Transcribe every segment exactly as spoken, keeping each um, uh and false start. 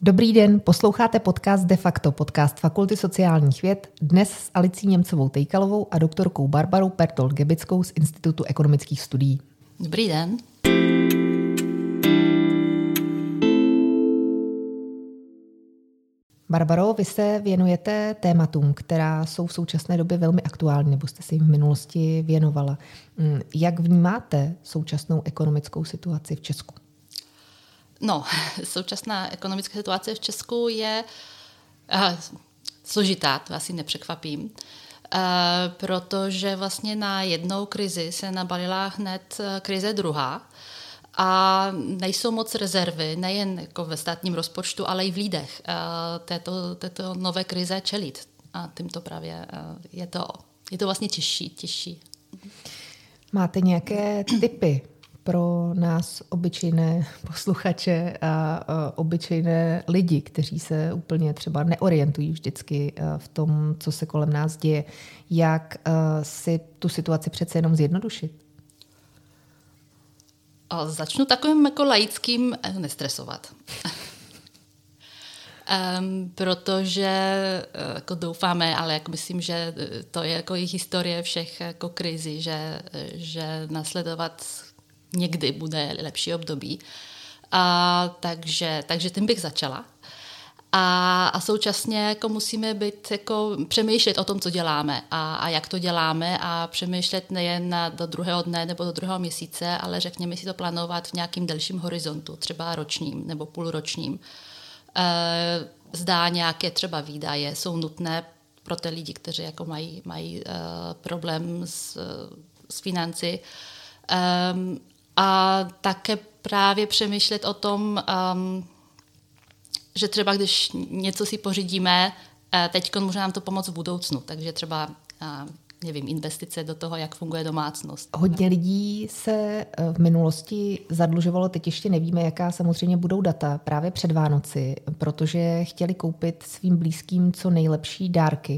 Dobrý den, posloucháte podcast De facto, podcast Fakulty sociálních věd, dnes s Alicí Němcovou-Tejkalovou a doktorkou Barbarou Pertold-Gebickou z Institutu ekonomických studií. Dobrý den. Barbaro, vy se věnujete tématům, která jsou v současné době velmi aktuální, nebo jste se jim v minulosti věnovala. Jak vnímáte současnou ekonomickou situaci v Česku? No, současná ekonomická situace v Česku je uh, složitá, to asi nepřekvapím, uh, protože vlastně na jednou krizi se nabalila hned krize druhá a nejsou moc rezervy, nejen jako ve státním rozpočtu, ale i v lidech uh, této, této nové krize čelit. A tímto právě uh, je, to, je to vlastně těžší, těžší. Máte nějaké tipy pro nás obyčejné posluchače a, a obyčejné lidi, kteří se úplně třeba neorientují vždycky v tom, co se kolem nás děje, jak si tu situaci přece jenom zjednodušit? Začnu takovým jako laickým nestresovat. Um, protože jako doufáme, ale jako myslím, že to je jako i historie všech jako krizí, že, že nasledovat někdy bude lepší období. A, takže, takže tím bych začala. A, a současně jako musíme být, jako přemýšlet o tom, co děláme a, a jak to děláme a přemýšlet nejen do druhého dne nebo do druhého měsíce, ale řekněme si to plánovat v nějakým delším horizontu, třeba ročním nebo půlročním. E, zdá nějaké třeba výdaje jsou nutné pro ty lidi, kteří jako mají, mají uh, problém s, s financí. Um, a také právě přemýšlet o tom, um, že třeba když něco si pořídíme, uh, teď může nám to pomoct v budoucnu, takže třeba uh, nevím, investice do toho, jak funguje domácnost. Hodně lidí se v minulosti zadlužovalo, teď ještě nevíme, jaká samozřejmě budou data právě před Vánoci, protože chtěli koupit svým blízkým co nejlepší dárky.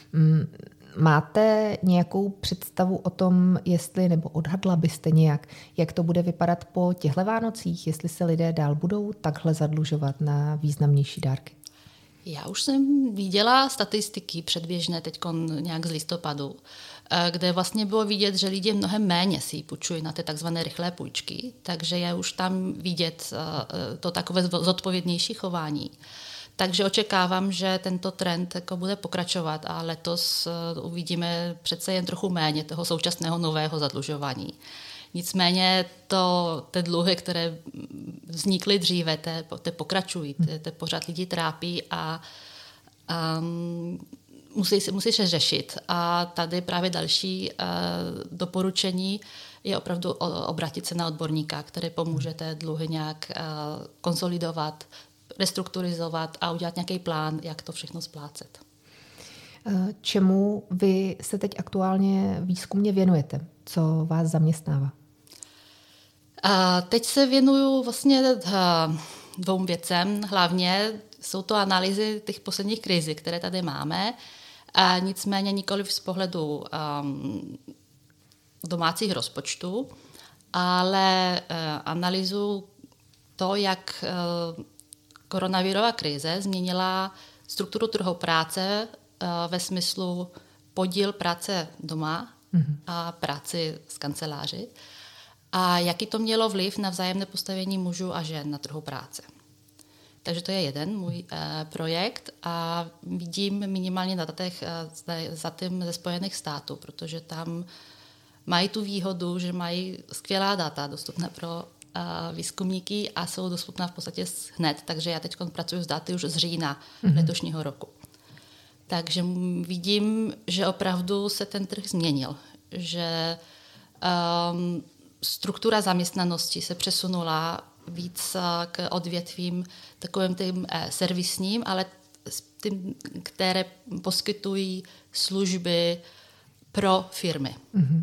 Máte nějakou představu o tom, jestli, nebo odhadla byste nějak, jak to bude vypadat po těchto Vánocích, jestli se lidé dál budou takhle zadlužovat na významnější dárky? Já už jsem viděla statistiky předběžné teď nějak z listopadu, kde vlastně bylo vidět, že lidé mnohem méně si půjčují na ty takzvané rychlé půjčky, takže je už tam vidět to takové zodpovědnější chování. Takže očekávám, že tento trend jako bude pokračovat a letos uvidíme přece jen trochu méně toho současného nového zadlužování. Nicméně to, ty dluhy, které vznikly dříve, ty, ty pokračují, ty, ty pořád lidi trápí a um, musí, musí se řešit. A tady právě další uh, doporučení je opravdu obrátit se na odborníka, který pomůže ty dluhy nějak uh, konsolidovat, restrukturizovat a udělat nějaký plán, jak to všechno splácet. Čemu vy se teď aktuálně výzkumně věnujete? Co vás zaměstnává? A teď se věnuju vlastně dvou věcem. Hlavně jsou to analýzy těch posledních krizí, které tady máme. A nicméně nikoliv z pohledu um, domácích rozpočtů, ale uh, analýzu to, jak uh, koronavirová krize změnila strukturu trhu práce uh, ve smyslu podíl práce doma mm-hmm. a práci z kanceláři a jaký to mělo vliv na vzájemné postavení mužů a žen na trhu práce. Takže to je jeden můj uh, projekt a vidím minimálně na datech uh, zatím ze Spojených států, protože tam mají tu výhodu, že mají skvělá data dostupná pro výzkumníky a jsou dostupná v podstatě hned, takže já teď pracuji s daty už z října mm-hmm. letošního roku. Takže vidím, že opravdu se ten trh změnil, že um, struktura zaměstnanosti se přesunula víc k odvětvím takovým tím eh, servisním, ale tím, které poskytují služby pro firmy. Mm-hmm.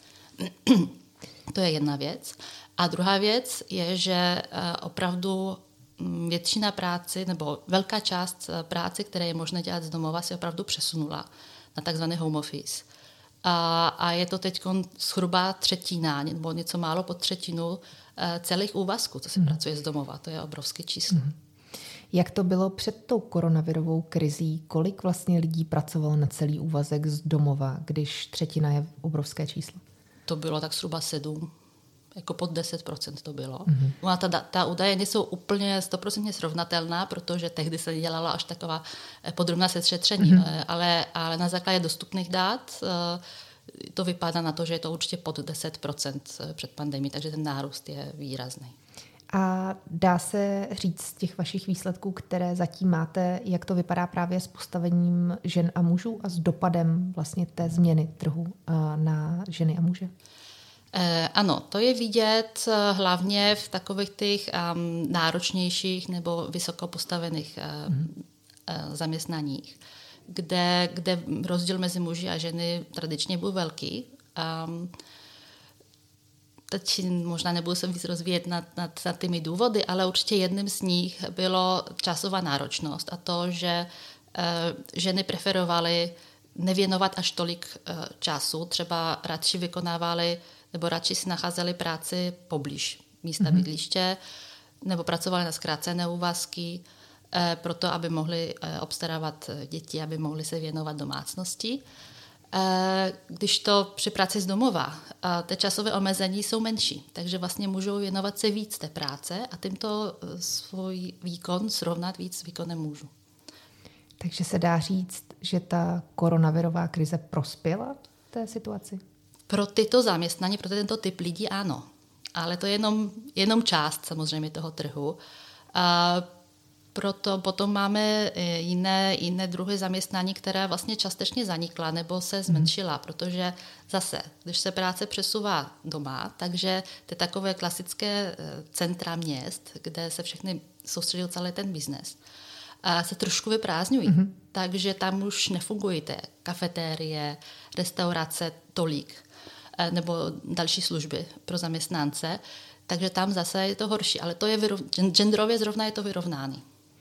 To je jedna věc. A druhá věc je, že opravdu většina práce nebo velká část práce, které je možné dělat z domova, se opravdu přesunula na takzvaný home office. A, a je to teď zhruba třetina nebo něco málo pod třetinu celých úvazků, co se mm. pracuje z domova. To je obrovské číslo. Mm. Jak to bylo před tou koronavirovou krizí? Kolik vlastně lidí pracovalo na celý úvazek z domova, když třetina je obrovské číslo? To bylo tak zhruba sedm, jako pod deset procent to bylo. Mm-hmm. No ta, ta údaje nejsou úplně stoprocentně srovnatelná, protože tehdy se dělala až taková podrobná sešetření, mm-hmm. ale, ale na základě dostupných dat to vypadá na to, že je to určitě pod deset procent před pandemií, takže ten nárůst je výrazný. A dá se říct z těch vašich výsledků, které zatím máte, jak to vypadá právě s postavením žen a mužů a s dopadem vlastně té změny trhu na ženy a muže? Eh, ano, to je vidět hlavně v takových těch um, náročnějších nebo vysoko postavených uh, mm. uh, zaměstnaních, kde, kde rozdíl mezi muži a ženy tradičně byl velký. Um, Teď možná nebudu se víc rozvíjet nad, nad, nad těmi důvody, ale určitě jedním z nich bylo časová náročnost a to, že uh, ženy preferovaly nevěnovat až tolik uh, času, třeba radši vykonávaly nebo radši si nacházeli práci poblíž místa mm-hmm. bydliště nebo pracovali na zkrácené úvazky, uh, proto aby mohli uh, obstarávat děti, aby mohli se věnovat domácnosti. Když to při práci z domova, ty časové omezení jsou menší, takže vlastně můžou věnovat se víc té práce a tímto svůj výkon srovnat víc s výkonem mužů. Takže se dá říct, že ta koronavirová krize prospěla té situaci? Pro tyto zaměstnání, pro tento typ lidí ano, ale to je jenom, jenom část samozřejmě toho trhu. A proto potom máme jiné, jiné druhy zaměstnání, které vlastně částečně zanikla nebo se zmenšila, protože zase, když se práce přesouvá doma, takže ty takové klasické centra měst, kde se všechny soustředil celý ten biznes, se trošku vyprázdňují. Mm-hmm. Takže tam už nefungují ty kafetérie, restaurace tolik, nebo další služby pro zaměstnance, takže tam zase je to horší, ale to je vyrov... genderově zrovna je to vyrovnány.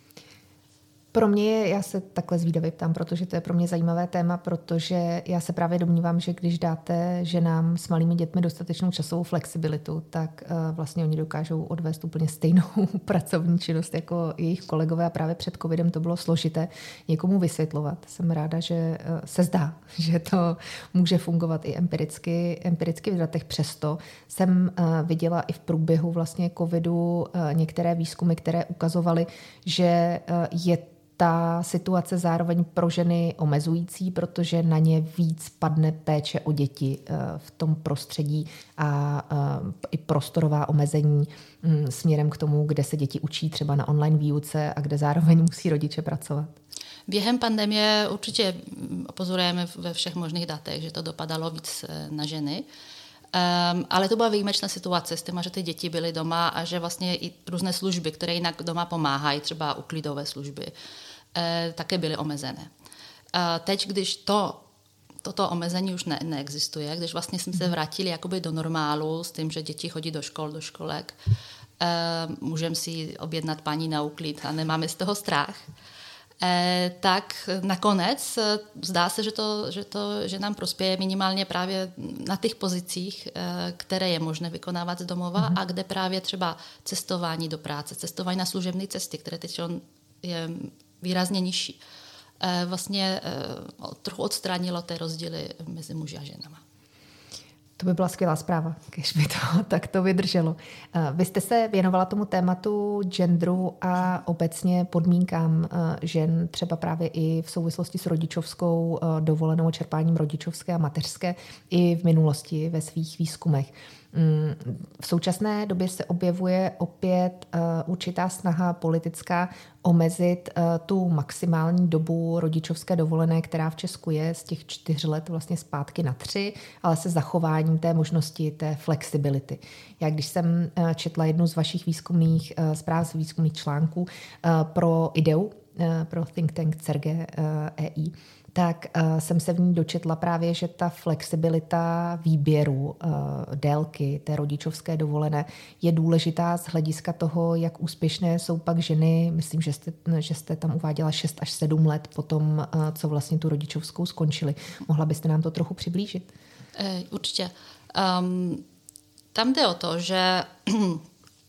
Pro mě je, já se takhle zvídavě ptám, protože to je pro mě zajímavé téma, protože já se právě domnívám, že když dáte ženám s malými dětmi dostatečnou časovou flexibilitu, tak uh, vlastně oni dokážou odvést úplně stejnou pracovní činnost jako jejich kolegové a právě před covidem to bylo složité někomu vysvětlovat. Jsem ráda, že uh, se zdá, že to může fungovat i empiricky, empiricky v datech. Přesto jsem uh, viděla i v průběhu vlastně covidu uh, některé výzkumy, které ukazovaly, že uh, je ta situace zároveň pro ženy omezující, protože na ně víc padne péče o děti v tom prostředí a i prostorová omezení směrem k tomu, kde se děti učí třeba na online výuce a kde zároveň musí rodiče pracovat. Během pandemie určitě pozorujeme ve všech možných datech, že to dopadalo víc na ženy. Um, ale to byla výjimečná situace s tím, že ty děti byly doma a že vlastně i různé služby, které jinak doma pomáhají, třeba uklidové služby, eh, také byly omezené. Uh, teď, když to, toto omezení už ne, neexistuje, když vlastně jsme se vrátili jakoby do normálu s tím, že děti chodí do škol, do školek, eh, můžeme si objednat paní na uklid a nemáme z toho strach, Eh, tak nakonec eh, zdá se, že, to, že, to, že nám prospěje minimálně právě na těch pozicích, eh, které je možné vykonávat z domova mm-hmm. a kde právě třeba cestování do práce, cestování na služební cesty, které teď je výrazně nižší, eh, vlastně eh, trochu odstranilo ty rozdíly mezi muži a ženama. To by byla skvělá zpráva, když by to tak to vydrželo. Vy jste se věnovala tomu tématu genderu a obecně podmínkám žen, třeba právě i v souvislosti s rodičovskou dovolenou, čerpáním rodičovské a mateřské i v minulosti ve svých výzkumech. V současné době se objevuje opět určitá snaha politická omezit tu maximální dobu rodičovské dovolené, která v Česku je z těch čtyř let vlastně zpátky na tři, ale se zachováním té možnosti, té flexibility. Já když jsem četla jednu z vašich výzkumných zpráv, z výzkumných článků pro IDEU, pro think tank CERGE E I, tak uh, jsem se v ní dočetla právě, že ta flexibilita výběru uh, délky té rodičovské dovolené je důležitá z hlediska toho, jak úspěšné jsou pak ženy. Myslím, že jste, že jste tam uváděla šest až sedm let potom, uh, co vlastně tu rodičovskou skončili. Mohla byste nám to trochu přiblížit? E, určitě. Um, tam jde o to, že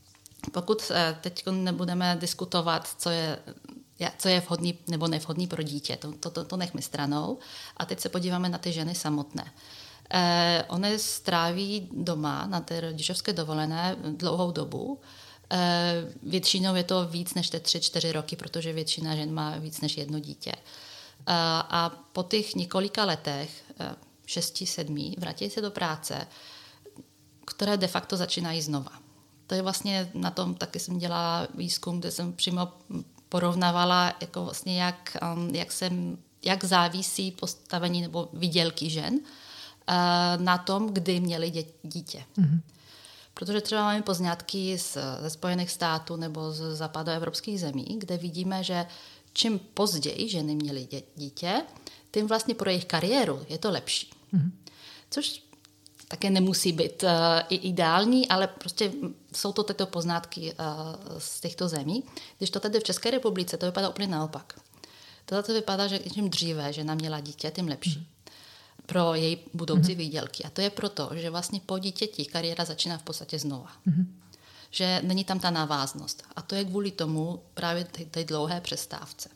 pokud teď nebudeme diskutovat, co je, co je vhodný nebo nevhodný pro dítě, to, to, to, to nechme stranou. A teď se podíváme na ty ženy samotné. Eh, one stráví doma na té rodičovské dovolené dlouhou dobu. Eh, většinou je to víc než ty tři, čtyři roky, protože většina žen má víc než jedno dítě. Eh, a po těch několika letech, eh, šesti, sedmi, vrátí se do práce, které de facto začínají znova. To je vlastně na tom, taky jsem dělala výzkum, kde jsem přímo porovnávala, jako vlastně jak, um, jak, jsem, jak závisí postavení nebo výdělky žen uh, na tom, kdy měly dě, dítě. Mm-hmm. Protože třeba máme poznatky z, ze Spojených států nebo z západoevropských zemí, kde vidíme, že čím později ženy měly dě, dítě, tím vlastně pro jejich kariéru je to lepší. Mm-hmm. Což také nemusí být uh, ideální, ale prostě jsou to tyto poznatky uh, z těchto zemí. Když to tady v České republice, to vypadá úplně naopak. To tady vypadá, že čím dříve žena měla dítě, tím lepší. Mm. Pro její budoucí mm. výdělky. A to je proto, že vlastně po dítěti kariéra začíná v podstatě znova. Mm. Že není tam ta návaznost. A to je kvůli tomu právě té dlouhé přestávce.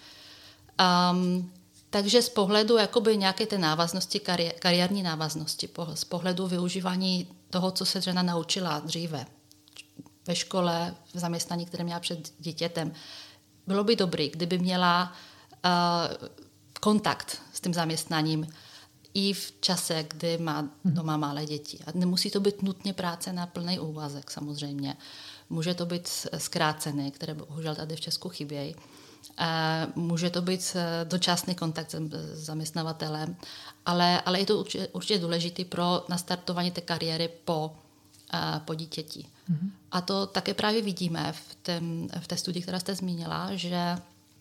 Um, Takže z pohledu jakoby nějaké té návaznosti, kari- kariérní návaznosti, po, z pohledu využívání toho, co se žena naučila dříve ve škole, v zaměstnání, které měla před dítětem, bylo by dobré, kdyby měla uh, kontakt s tím zaměstnáním i v čase, kdy má doma malé děti. A nemusí to být nutně práce na plný úvazek samozřejmě. Může to být zkrácené, které bohužel tady v Česku chybějí. Může to být dočasný kontakt s zaměstnavatelem, ale, ale je to určitě, určitě důležité pro nastartování té kariéry po, po dítěti. Mm-hmm. A to také právě vidíme v, tém, v té studii, která jste zmínila, že,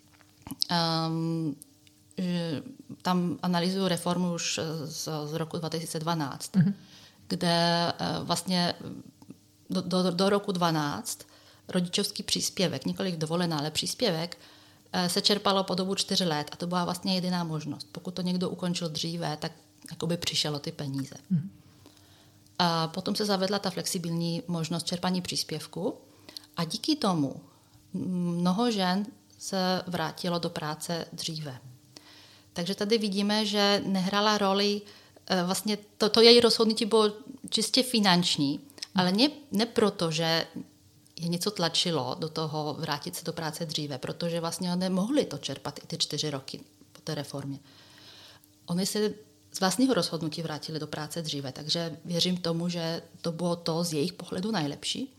um, že tam analyzují reformu už z, z roku dva tisíce dvanáct, mm-hmm. kde uh, vlastně do, do, do roku dvanáct rodičovský příspěvek, nikoliv dovolená, ale příspěvek, se čerpalo po dobu čtyři let a to byla vlastně jediná možnost. Pokud to někdo ukončil dříve, tak jakoby přišlo ty peníze. Mm. A potom se zavedla ta flexibilní možnost čerpání příspěvku a díky tomu mnoho žen se vrátilo do práce dříve. Takže tady vidíme, že nehrála roli, vlastně to, to její rozhodnutí bylo čistě finanční, mm. ale ne, ne proto, že je něco tlačilo do toho vrátit se do práce dříve, protože vlastně oni mohli to čerpat i ty čtyři roky po té reformě. Oni se z vlastního rozhodnutí vrátili do práce dříve, takže věřím tomu, že to bylo to z jejich pohledu nejlepší.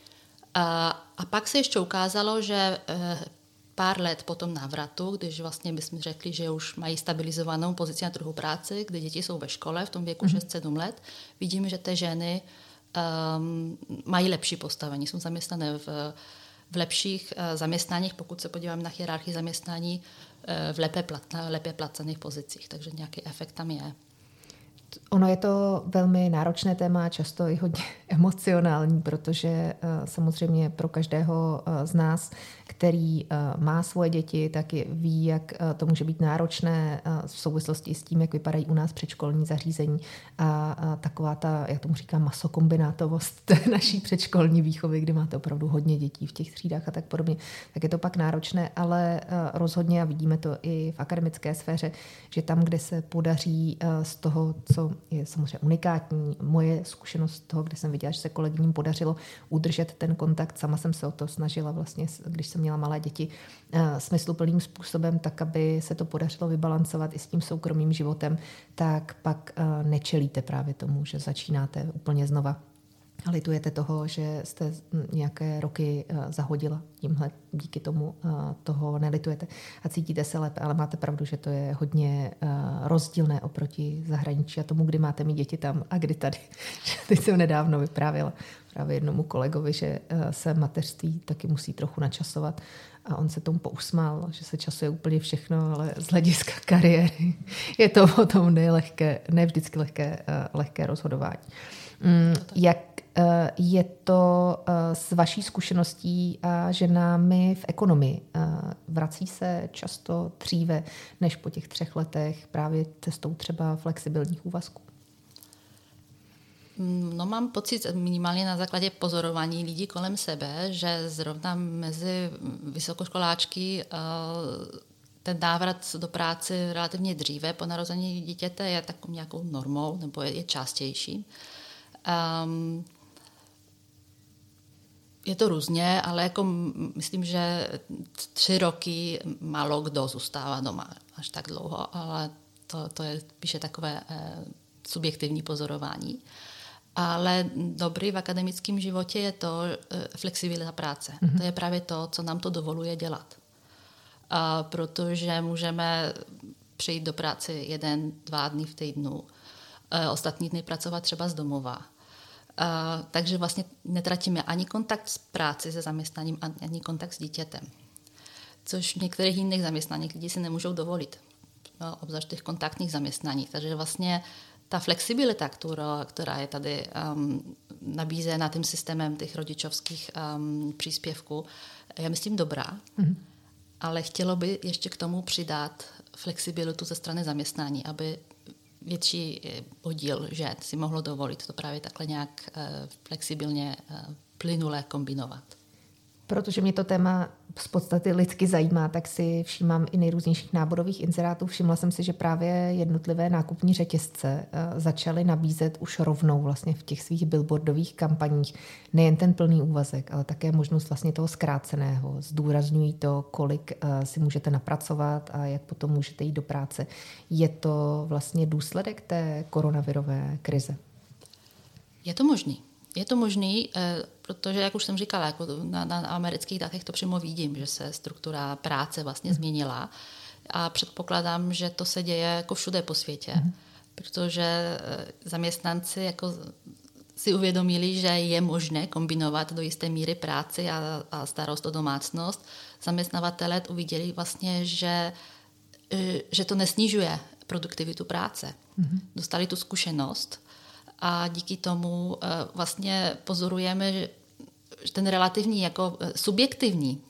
A, a pak se ještě ukázalo, že e, pár let po tom návratu, když vlastně bychom řekli, že už mají stabilizovanou pozici na trhu práce, kdy děti jsou ve škole v tom věku mm-hmm. šest sedm let, vidíme, že ty ženy Um, mají lepší postavení, jsou zaměstnané v, v lepších uh, zaměstnáních, pokud se podíváme na hierarchii zaměstnání, uh, v lépe, platna, lépe placených pozicích, takže nějaký efekt tam je. Ono je to velmi náročné téma, často i hodně emocionální, protože uh, samozřejmě pro každého uh, z nás, který uh, má svoje děti, tak je, ví, jak uh, to může být náročné uh, v souvislosti s tím, jak vypadají u nás předškolní zařízení a uh, taková ta, jak tomu říkám, masokombinátovost naší předškolní výchovy, kdy máte opravdu hodně dětí v těch třídách a tak podobně, tak je to pak náročné, ale uh, rozhodně, a vidíme to i v akademické sféře, že tam, kde se podaří uh, z toho, co je samozřejmě unikátní. Moje zkušenost toho, kde jsem viděla, že se kolegyním podařilo udržet ten kontakt. Sama jsem se o to snažila vlastně, když jsem měla malé děti, smysluplným způsobem, tak, aby se to podařilo vybalancovat i s tím soukromým životem, tak pak nečelíte právě tomu, že začínáte úplně znova. A litujete toho, že jste nějaké roky zahodila. Tímhle díky tomu toho nelitujete a cítíte se lépe, ale máte pravdu, že to je hodně rozdílné oproti zahraničí a tomu, kdy máte mít děti tam a kdy tady. Teď jsem nedávno vyprávěla právě jednomu kolegovi, že se mateřství taky musí trochu načasovat a on se tomu pousmál, že se časuje úplně všechno, ale z hlediska kariéry je to potom nelehké, ne vždycky lehké, lehké rozhodování. Jak je to s vaší zkušeností a ženami v ekonomii? Vrací se často dříve než po těch třech letech právě cestou třeba flexibilních úvazků? No, mám pocit, minimálně na základě pozorování lidí kolem sebe, že zrovna mezi vysokoškoláčky ten návrat do práce relativně dříve po narození dítěte je takovou nějakou normou, nebo je, je častější. Um, je to různě, ale jako myslím, že tři roky málo kdo zůstává doma až tak dlouho, ale to, to je spíše takové eh, subjektivní pozorování. Ale dobrý v akademickém životě je to eh, flexibilita práce. Mm-hmm. To je právě to, co nám to dovoluje dělat. A protože můžeme přijít do práce jeden, dva dny v týdnu, eh, ostatní dny pracovat třeba z domova. Uh, takže vlastně netratíme ani kontakt s práci se zaměstnáním, ani kontakt s dítětem. Což v některých jiných zaměstnáních lidi si nemůžou dovolit, no, obzvlášť těch kontaktních zaměstnáních. Takže vlastně ta flexibilita, která, která je tady um, nabízena tím systémem těch rodičovských um, příspěvků, je myslím dobrá, mm-hmm. ale chtělo by ještě k tomu přidat flexibilitu ze strany zaměstnání, aby větší podíl žen si mohlo dovolit to právě takhle nějak flexibilně, plynule kombinovat. Protože mě to téma z podstaty lidsky zajímá, tak si všímám i nejrůznějších náborových inzerátů. Všimla jsem si, že právě jednotlivé nákupní řetězce začaly nabízet už rovnou vlastně v těch svých billboardových kampaních nejen ten plný úvazek, ale také možnost vlastně toho zkráceného. Zdůrazňují to, kolik si můžete napracovat a jak potom můžete jít do práce. Je to vlastně důsledek té koronavirové krize? Je to možný. Je to možný, protože, jak už jsem říkala, jako na, na amerických datech to přímo vidím, že se struktura práce vlastně změnila a předpokládám, že to se děje jako všude po světě, mm. protože zaměstnanci jako si uvědomili, že je možné kombinovat do jisté míry práci a, a starost o domácnost. Zaměstnavatelé uviděli vlastně, že, že to nesnižuje produktivitu práce. Mm. Dostali tu zkušenost. A díky tomu vlastně pozorujeme, že ten relativní, jako subjektivní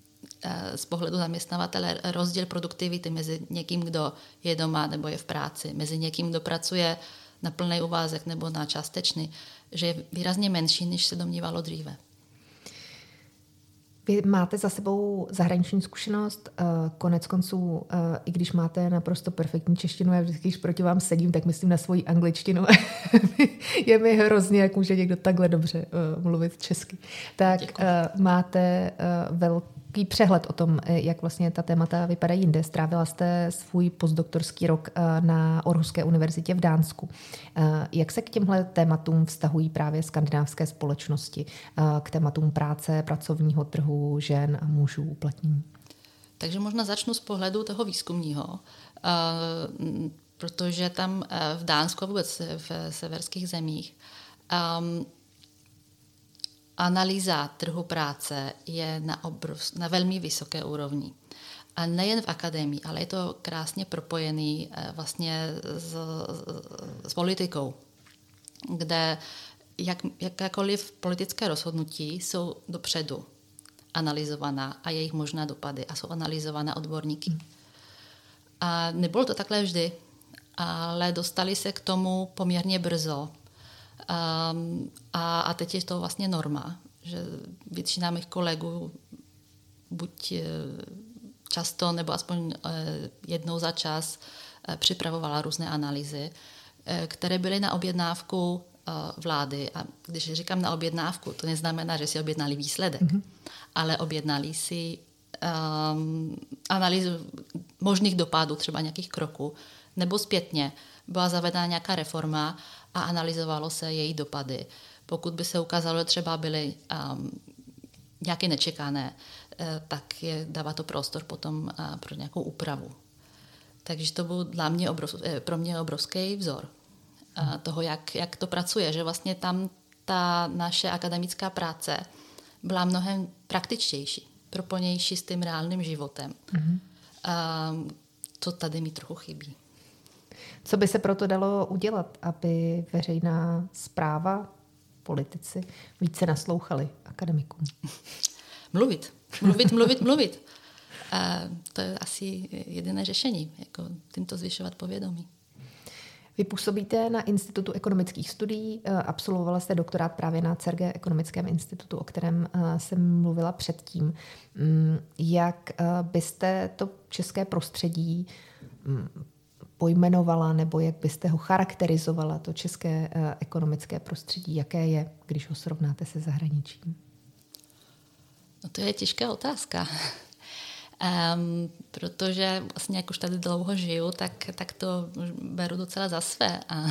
z pohledu zaměstnavatele rozdíl produktivity mezi někým, kdo je doma nebo je v práci, mezi někým, kdo pracuje na plný úvazek nebo na částečný, že je výrazně menší, než se domnívalo dříve. Vy máte za sebou zahraniční zkušenost, konec konců, i když máte naprosto perfektní češtinu, já vždycky, když proti vám sedím, tak myslím na svoji angličtinu. Je mi hrozně, jak může někdo takhle dobře mluvit česky. Tak Děkuji. Máte velký přehled o tom, jak vlastně ta témata vypadají jinde. Strávila jste svůj postdoktorský rok na Aarhuské univerzitě v Dánsku. Jak se k těmhle tématům vztahují právě skandinávské společnosti, k tématům práce, pracovního trhu, žen a mužů uplatnění? Takže možná začnu z pohledu toho výzkumního, protože tam v Dánsku a vůbec v severských zemích um, analýza trhu práce je na, obrov, na velmi vysoké úrovni. A nejen v akademii, ale je to krásně propojený vlastně s, s politikou, kde jak, jakékoliv politické rozhodnutí jsou dopředu analyzovaná a jejich možná dopady a jsou analyzovaná odborníky. A nebylo to takhle vždy, ale dostali se k tomu poměrně brzo. Um, a, a teď je to vlastně norma, že většina mých kolegů buď často nebo aspoň jednou za čas připravovala různé analýzy, které byly na objednávku vlády. A když říkám na objednávku, to neznamená, že si objednali výsledek, mm-hmm. ale objednali si um, analýzu možných dopadů, třeba nějakých kroků, nebo zpětně byla zavedena nějaká reforma a analyzovalo se její dopady. Pokud by se ukázalo, že třeba byly um, nějaké nečekané, eh, tak je, dává to prostor potom uh, pro nějakou úpravu. Takže to byl dla mě obrov, eh, pro mě obrovský vzor uh, toho, jak, jak to pracuje, že vlastně tam ta naše akademická práce byla mnohem praktičtější, propojenější s tím reálným životem. Mm-hmm. Uh, to tady mi trochu chybí. Co by se proto dalo udělat, aby veřejná správa, politici více naslouchali akademikům? Mluvit, mluvit, mluvit, mluvit. A to je asi jediné řešení, jako tímto zvyšovat povědomí. Vy působíte na Institutu ekonomických studií, absolvovala jste doktorát právě na C E R G ekonomickém institutu, o kterém jsem mluvila předtím. Jak byste to české prostředí pojmenovala, nebo jak byste ho charakterizovala, to české ekonomické prostředí, jaké je, když ho srovnáte se zahraničím? No to je těžká otázka. Um, protože vlastně jak už tady dlouho žiju, tak, tak to beru docela za své. A,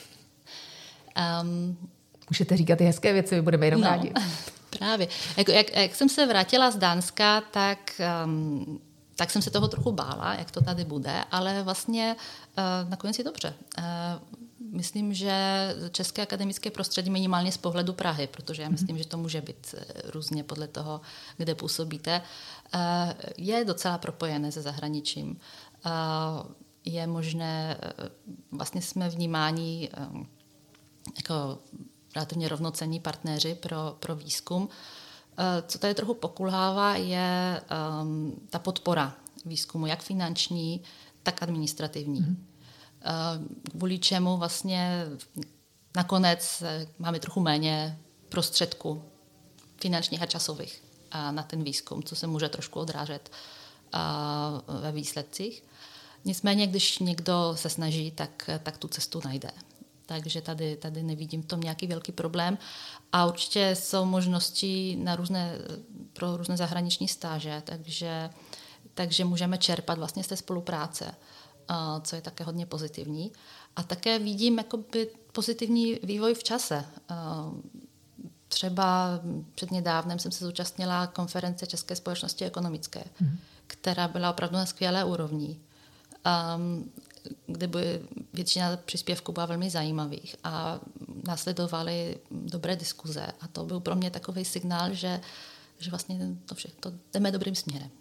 um, Můžete říkat i hezké věci, my budeme jenom no, rádi. Právě. Jak, jak, jak jsem se vrátila z Dánska, tak, um, tak jsem se toho trochu bála, jak to tady bude, ale vlastně uh, nakonec je dobře. Uh, Myslím, že české akademické prostředí minimálně z pohledu Prahy, protože já myslím, že to může být různě podle toho, kde působíte, je docela propojené se zahraničím. Je možné, vlastně jsme vnímáni jako relativně rovnocenní partneři pro, pro výzkum. Co tady trochu pokulhává, je ta podpora výzkumu, jak finanční, tak administrativní. Mm. Kvůli čemu vlastně nakonec máme trochu méně prostředků finančních a časových na ten výzkum, co se může trošku odrážet ve výsledcích. Nicméně, když někdo se snaží, tak, tak tu cestu najde. Takže tady, tady nevidím v tom nějaký velký problém. A určitě jsou možnosti na různé, pro různé zahraniční stáže, takže, takže můžeme čerpat vlastně z té spolupráce, co je také hodně pozitivní. A také vidím jakoby pozitivní vývoj v čase. Třeba přednedávnem jsem se zúčastnila konference České společnosti ekonomické, mm. která byla opravdu na skvělé úrovni, kde by většina příspěvků byla velmi zajímavých a následovaly dobré diskuze. A to byl pro mě takový signál, že, že vlastně to všechno jdeme dobrým směrem.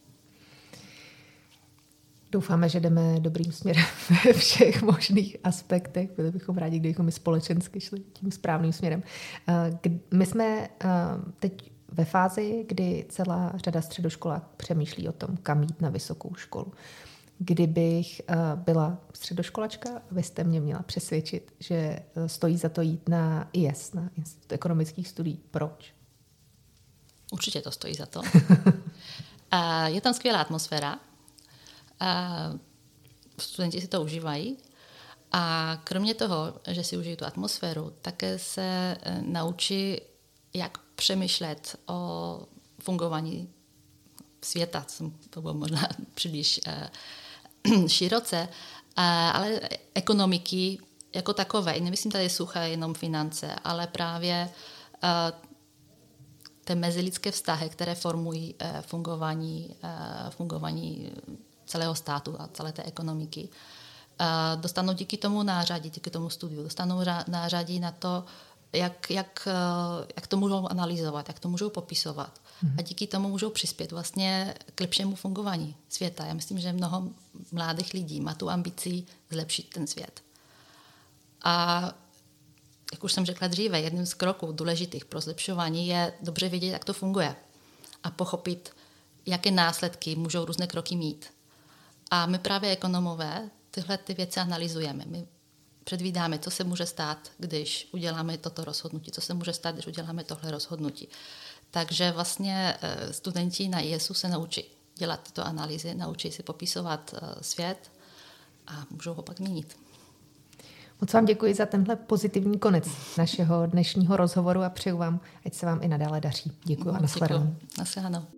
Doufáme, že jdeme dobrým směrem ve všech možných aspektech. Byli bychom rádi, kdybychom i společensky šli tím správným směrem. My jsme teď ve fázi, kdy celá řada středoškolák přemýšlí o tom, kam jít na vysokou školu. Kdybych byla středoškolačka, abyste mě měla přesvědčit, že stojí za to jít na I E S, na Institut ekonomických studií. Proč? Určitě to stojí za to. Je tam skvělá atmosféra. A studenti si to užívají a kromě toho, že si užijí tu atmosféru, také se naučí, jak přemýšlet o fungování světa, to bylo možná příliš uh, široce, uh, ale ekonomiky jako takové. Nemyslím tady suché jenom finance, ale právě uh, ty mezilidské vztahy, které formují uh, fungování, uh, fungování celého státu a celé té ekonomiky. Uh, dostanou díky tomu nářadí, díky tomu studiu, dostanou nářadí na to, jak, jak, uh, jak to můžou analyzovat, jak to můžou popisovat. Mm. A díky tomu můžou přispět vlastně k lepšímu fungování světa. Já myslím, že mnoho mladých lidí má tu ambici zlepšit ten svět. A jak už jsem řekla dříve, jedním z kroků důležitých pro zlepšování je dobře vědět, jak to funguje a pochopit, jaké následky můžou různé kroky mít. A my právě ekonomové tyhle ty věci analyzujeme. My předvídáme, co se může stát, když uděláme toto rozhodnutí, co se může stát, když uděláme tohle rozhodnutí. Takže vlastně studenti na I E S u se naučí dělat tyto analýzy, naučí si popisovat svět a můžou ho pak měnit. Moc vám děkuji za tenhle pozitivní konec našeho dnešního rozhovoru a přeju vám, ať se vám i nadále daří. Děkuji a nashledanou. Nashledanou.